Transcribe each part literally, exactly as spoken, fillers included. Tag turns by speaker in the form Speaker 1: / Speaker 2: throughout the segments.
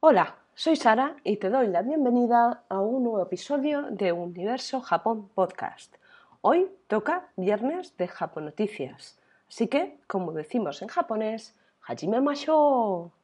Speaker 1: Hola, soy Sara y te doy la bienvenida a un nuevo episodio de Universo Japón Podcast. Hoy toca viernes de Japón Noticias, así que, como decimos en japonés, Hajime Mashou.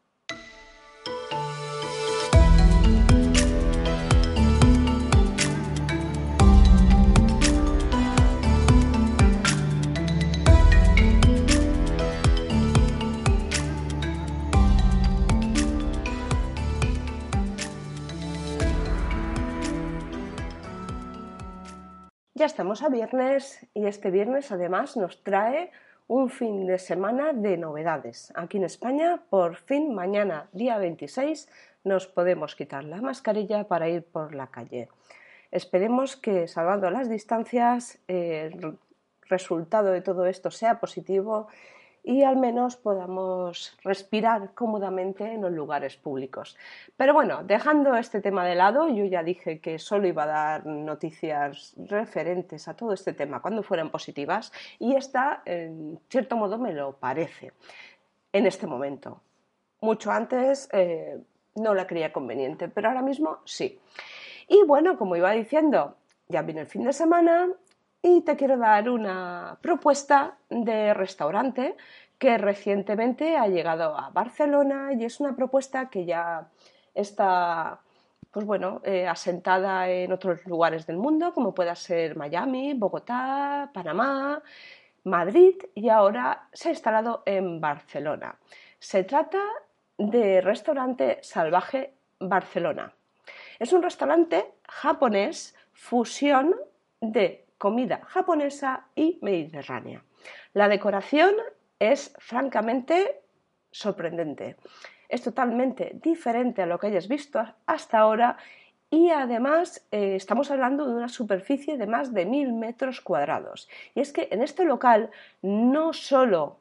Speaker 1: Ya estamos a viernes y este viernes además nos trae un fin de semana de novedades. Aquí en España, por fin, mañana, día veintiséis, nos podemos quitar la mascarilla para ir por la calle. Esperemos que, salvando las distancias, el resultado de todo esto sea positivo y al menos podamos respirar cómodamente en los lugares públicos. Pero bueno, dejando este tema de lado, yo ya dije que solo iba a dar noticias referentes a todo este tema cuando fueran positivas y esta, en cierto modo, me lo parece en este momento. Mucho antes eh, no la creía conveniente, pero ahora mismo sí. Y bueno, como iba diciendo, ya viene el fin de semana y te quiero dar una propuesta de restaurante que recientemente ha llegado a Barcelona y es una propuesta que ya está, pues bueno, eh, asentada en otros lugares del mundo, como pueda ser Miami, Bogotá, Panamá, Madrid y ahora se ha instalado en Barcelona. Se trata de Restaurante Salvaje Barcelona. Es un restaurante japonés fusión de comida japonesa y mediterránea. La decoración es francamente sorprendente. Es totalmente diferente a lo que hayas visto hasta ahora y además eh, estamos hablando de una superficie de más de mil metros cuadrados. Y es que en este local no solo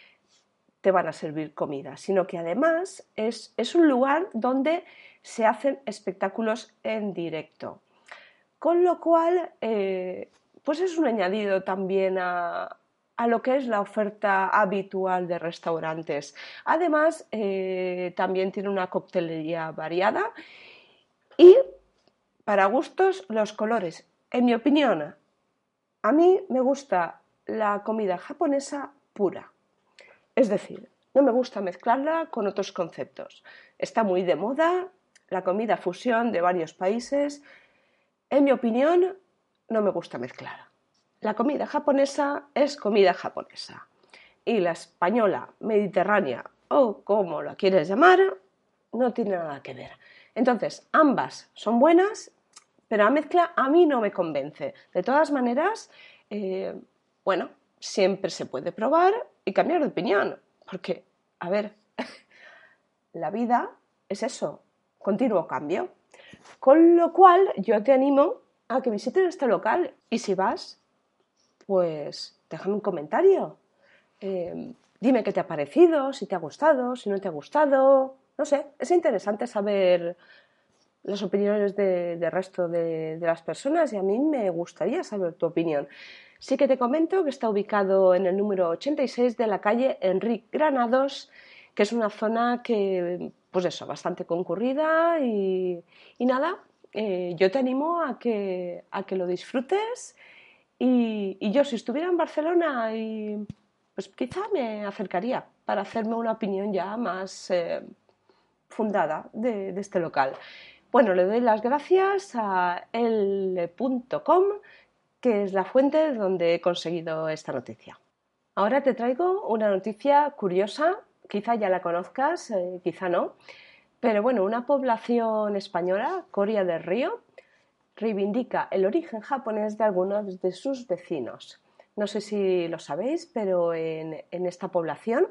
Speaker 1: te van a servir comida, sino que además es, es un lugar donde se hacen espectáculos en directo. Con lo cual, eh, pues es un añadido también a, a lo que es la oferta habitual de restaurantes. Además, eh, también tiene una coctelería variada y, para gustos, los colores. En mi opinión, a mí me gusta la comida japonesa pura. Es decir, no me gusta mezclarla con otros conceptos. Está muy de moda la comida fusión de varios países. En mi opinión, no me gusta mezclar. La comida japonesa es comida japonesa. Y la española, mediterránea o como la quieres llamar, no tiene nada que ver. Entonces, ambas son buenas, pero la mezcla a mí no me convence. De todas maneras, eh, bueno, siempre se puede probar y cambiar de opinión. Porque, a ver, la vida es eso, continuo cambio. Con lo cual, yo te animo a que visites este local y si vas, pues déjame un comentario. Eh, dime qué te ha parecido, si te ha gustado, si no te ha gustado. No sé, es interesante saber las opiniones del de resto de, de las personas y a mí me gustaría saber tu opinión. Sí que te comento que está ubicado en el número ochenta y seis de la calle Enric Granados, que es una zona que, pues eso, bastante concurrida y, y nada, eh, yo te animo a que, a que lo disfrutes y, y yo si estuviera en Barcelona y, pues quizá me acercaría para hacerme una opinión ya más eh, fundada de, de este local. Bueno, le doy las gracias a elle punto com, que es la fuente donde he conseguido esta noticia. Ahora te traigo una noticia curiosa, quizá ya la conozcas, eh, quizá no, pero bueno, una población española, Coria del Río, reivindica el origen japonés de algunos de sus vecinos. No sé si lo sabéis, pero en, en esta población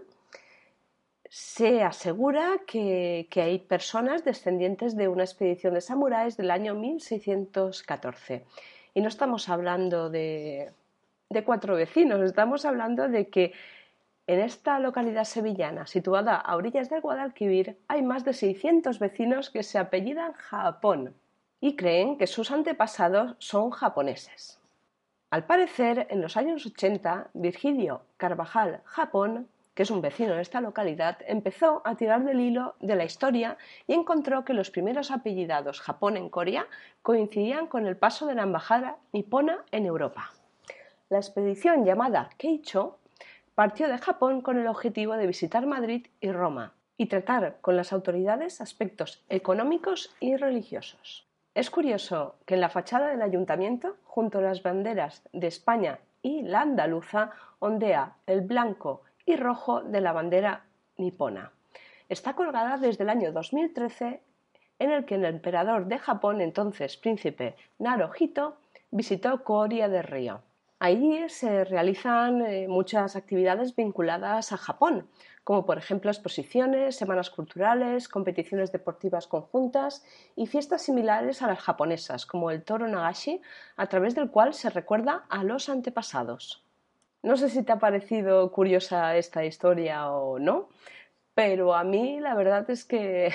Speaker 1: se asegura que, que hay personas descendientes de una expedición de samuráis del año mil seiscientos catorce. Y no estamos hablando de, de cuatro vecinos, estamos hablando de que en esta localidad sevillana, situada a orillas del Guadalquivir, hay más de seiscientos vecinos que se apellidan Japón y creen que sus antepasados son japoneses. Al parecer, en los años ochenta, Virgilio Carvajal Japón que es un vecino de esta localidad, empezó a tirar del hilo de la historia y encontró que los primeros apellidados Japón en Corea coincidían con el paso de la embajada nipona en Europa. La expedición llamada Keicho partió de Japón con el objetivo de visitar Madrid y Roma y tratar con las autoridades aspectos económicos y religiosos. Es curioso que en la fachada del ayuntamiento, junto a las banderas de España y la andaluza, ondea el blanco y rojo de la bandera nipona. Está colgada desde el año dos mil trece, en el que el emperador de Japón, entonces príncipe Naruhito, visitó Coria del Río. Allí se realizan eh, muchas actividades vinculadas a Japón, como por ejemplo exposiciones, semanas culturales, competiciones deportivas conjuntas y fiestas similares a las japonesas, como el Toro Nagashi, a través del cual se recuerda a los antepasados. No sé si te ha parecido curiosa esta historia o no, pero a mí la verdad es que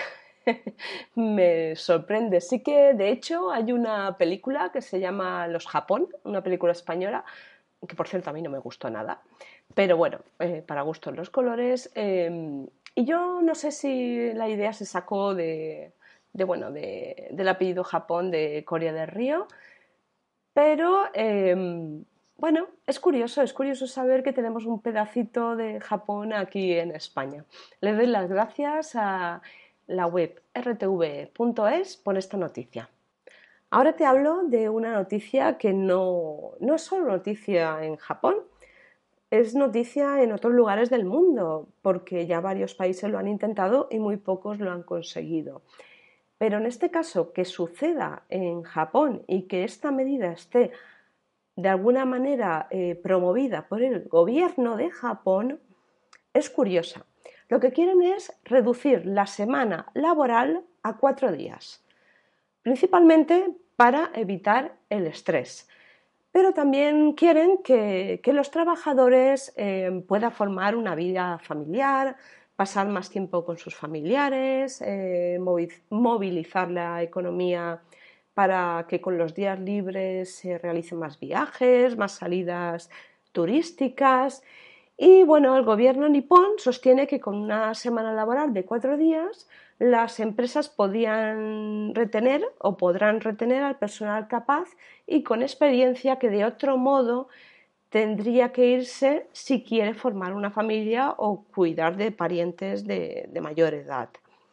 Speaker 1: me sorprende. Sí que, de hecho, hay una película que se llama Los Japón, una película española, que por cierto a mí no me gustó nada, pero bueno, eh, para gustos los colores. Eh, y yo no sé si la idea se sacó de, de, bueno, de, del apellido Japón de Coria del Río, pero eh, bueno, es curioso, es curioso saber que tenemos un pedacito de Japón aquí en España. Le doy las gracias a la web r t v punto es por esta noticia. Ahora te hablo de una noticia que no, no es solo noticia en Japón, es noticia en otros lugares del mundo, porque ya varios países lo han intentado y muy pocos lo han conseguido. Pero en este caso, que suceda en Japón y que esta medida esté de alguna manera eh, promovida por el gobierno de Japón, es curiosa. Lo que quieren es reducir la semana laboral a cuatro días, principalmente para evitar el estrés. Pero también quieren que, que los trabajadores eh, puedan formar una vida familiar, pasar más tiempo con sus familiares, eh, movilizar la economía para que con los días libres se realicen más viajes, más salidas turísticas. Y bueno, el gobierno nipón sostiene que con una semana laboral de cuatro días las empresas podían retener o podrán retener al personal capaz y con experiencia que de otro modo tendría que irse si quiere formar una familia o cuidar de parientes de, de mayor edad.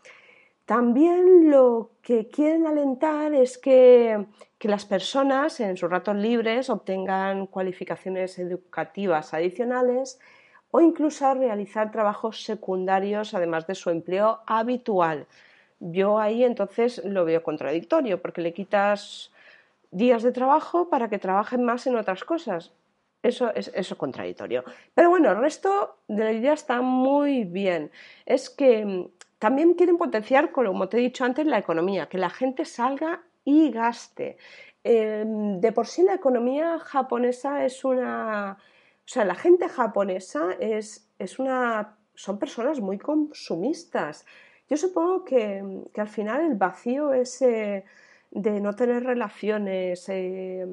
Speaker 1: También lo que quieren alentar es que, que las personas en sus ratos libres obtengan cualificaciones educativas adicionales o incluso realizar trabajos secundarios además de su empleo habitual. Yo ahí entonces lo veo contradictorio porque le quitas días de trabajo para que trabajen más en otras cosas. Eso es eso contradictorio. Pero bueno, el resto de la idea está muy bien. Es que también quieren potenciar, como te he dicho antes, la economía, que la gente salga y gaste. Eh, de por sí la economía japonesa es una... O sea, la gente japonesa es, es una... son personas muy consumistas. Yo supongo que, que al final el vacío ese de no tener relaciones, eh,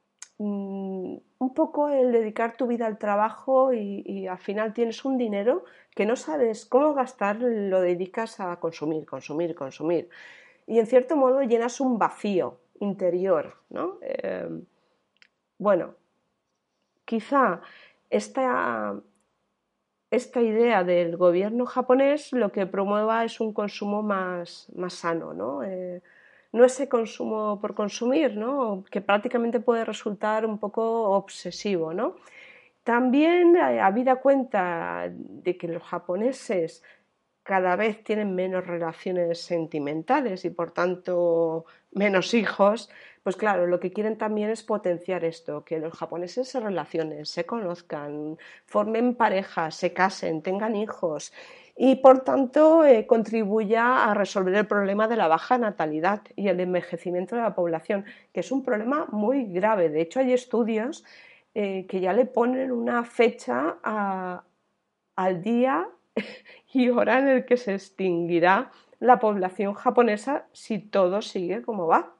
Speaker 1: un poco el dedicar tu vida al trabajo y, y al final tienes un dinero que no sabes cómo gastar, lo dedicas a consumir, consumir, consumir. Y en cierto modo llenas un vacío interior, ¿no? Eh, bueno, quizá esta, esta idea del gobierno japonés lo que promueva es un consumo más, más sano, ¿no? Eh, no ese consumo por consumir, ¿no? Que prácticamente puede resultar un poco obsesivo, ¿no? También, habida cuenta de que los japoneses cada vez tienen menos relaciones sentimentales y por tanto menos hijos, pues claro, lo que quieren también es potenciar esto, que los japoneses se relacionen, se conozcan, formen parejas, se casen, tengan hijos y por tanto eh, contribuya a resolver el problema de la baja natalidad y el envejecimiento de la población, que es un problema muy grave. De hecho, hay estudios eh, que ya le ponen una fecha a, al día y hora en el que se extinguirá la población japonesa si todo sigue como va.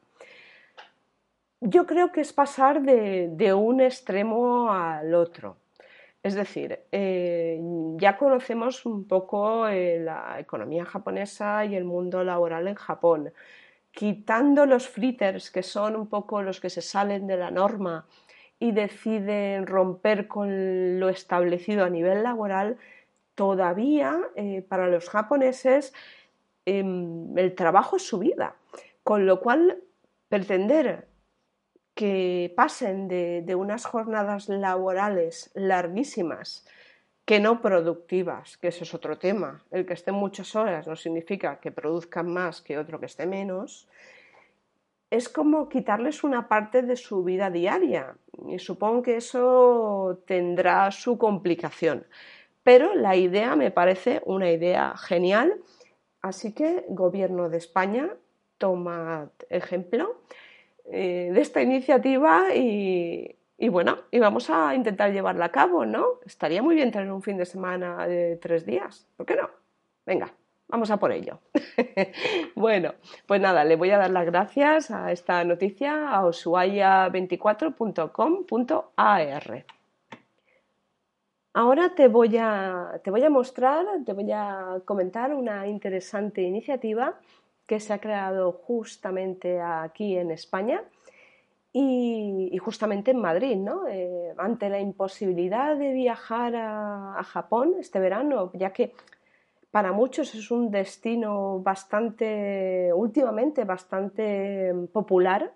Speaker 1: Yo creo que es pasar de, de un extremo al otro. Es decir, eh, ya conocemos un poco eh, la economía japonesa y el mundo laboral en Japón. Quitando los fritters, que son un poco los que se salen de la norma y deciden romper con lo establecido a nivel laboral, todavía eh, para los japoneses eh, el trabajo es su vida, con lo cual pretender que pasen de, de unas jornadas laborales larguísimas, que no productivas, que ese es otro tema. El que esté muchas horas no significa que produzcan más que otro que esté menos. Es como quitarles una parte de su vida diaria y supongo que eso tendrá su complicación. Pero la idea me parece una idea genial, así que Gobierno de España, toma ejemplo eh, de esta iniciativa y, y bueno, y vamos a intentar llevarla a cabo, ¿no? Estaría muy bien tener un fin de semana de tres días, ¿por qué no? Venga, vamos a por ello. Bueno, pues nada, le voy a dar las gracias a esta noticia a ushuaia veinticuatro punto com punto a r. Ahora te voy a, te voy a mostrar, te voy a comentar una interesante iniciativa que se ha creado justamente aquí en España y, y justamente en Madrid, ¿no? Eh, ante la imposibilidad de viajar a, a Japón este verano, ya que para muchos es un destino bastante, últimamente bastante popular,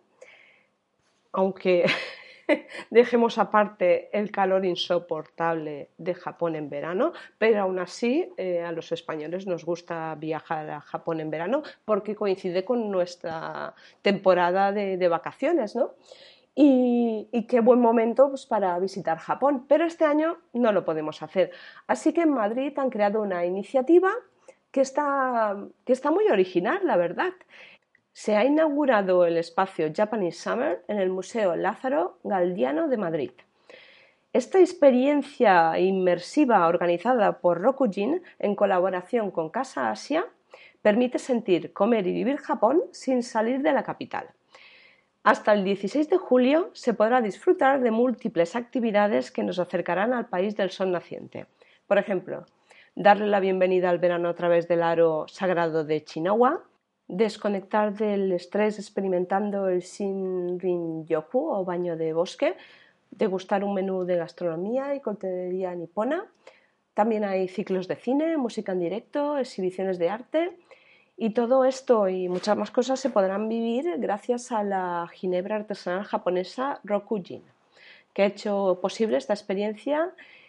Speaker 1: aunque dejemos aparte el calor insoportable de Japón en verano, pero aún así eh, a los españoles nos gusta viajar a Japón en verano porque coincide con nuestra temporada de, de vacaciones, ¿no? Y, y, qué buen momento pues, para visitar Japón, pero este año no lo podemos hacer. Así que en Madrid han creado una iniciativa que está, que está muy original, la verdad. Se ha inaugurado el espacio Japanese Summer en el Museo Lázaro Galdiano de Madrid. Esta experiencia inmersiva organizada por Rokujin en colaboración con Casa Asia permite sentir, comer y vivir Japón sin salir de la capital. Hasta el dieciséis de julio se podrá disfrutar de múltiples actividades que nos acercarán al país del sol naciente. Por ejemplo, darle la bienvenida al verano a través del aro sagrado de Chinawa, desconectar del estrés experimentando el Shinrin-yoku o baño de bosque, degustar un menú de gastronomía y coctelería nipona. También hay ciclos de cine, música en directo, exhibiciones de arte y todo esto y muchas más cosas se podrán vivir gracias a la ginebra artesanal japonesa Rokujin, que ha hecho posible esta experiencia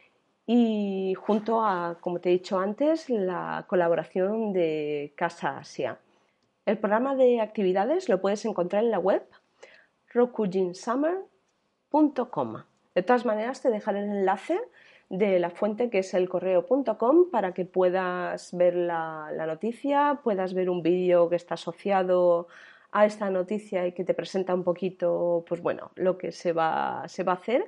Speaker 1: y junto a, como te he dicho antes, la colaboración de Casa Asia. El programa de actividades lo puedes encontrar en la web rokujinsummer punto com. De todas maneras, te dejaré el enlace de la fuente que es el correo punto com para que puedas ver la, la noticia, puedas ver un vídeo que está asociado a esta noticia y que te presenta un poquito, pues bueno, lo que se va, se va a hacer.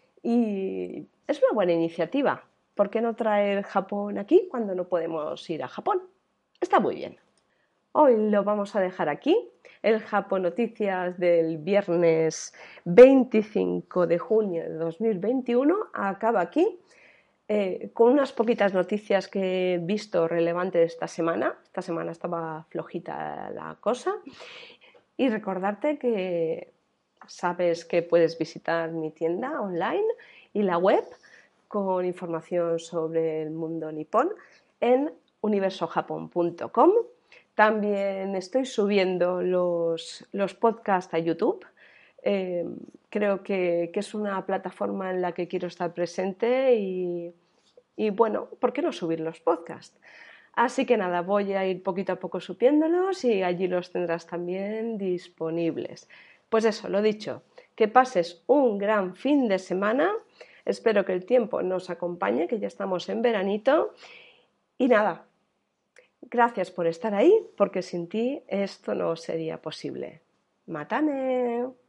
Speaker 1: Y es una buena iniciativa. ¿Por qué no traer Japón aquí cuando no podemos ir a Japón? Está muy bien. Hoy lo vamos a dejar aquí. El Japón Noticias del viernes veinticinco de junio de dos mil veintiuno acaba aquí eh, con unas poquitas noticias que he visto relevantes esta semana. Esta semana estaba flojita la cosa. Y recordarte que sabes que puedes visitar mi tienda online y la web con información sobre el mundo nipón en universo japón punto com. También estoy subiendo los, los podcasts a YouTube. Eh, creo que, que es una plataforma en la que quiero estar presente y, y bueno, ¿por qué no subir los podcasts? Así que nada, voy a ir poquito a poco subiéndolos y allí los tendrás también disponibles. Pues eso, lo dicho, que pases un gran fin de semana. Espero que el tiempo nos acompañe, que ya estamos en veranito. Y nada, gracias por estar ahí, porque sin ti esto no sería posible. ¡Matane!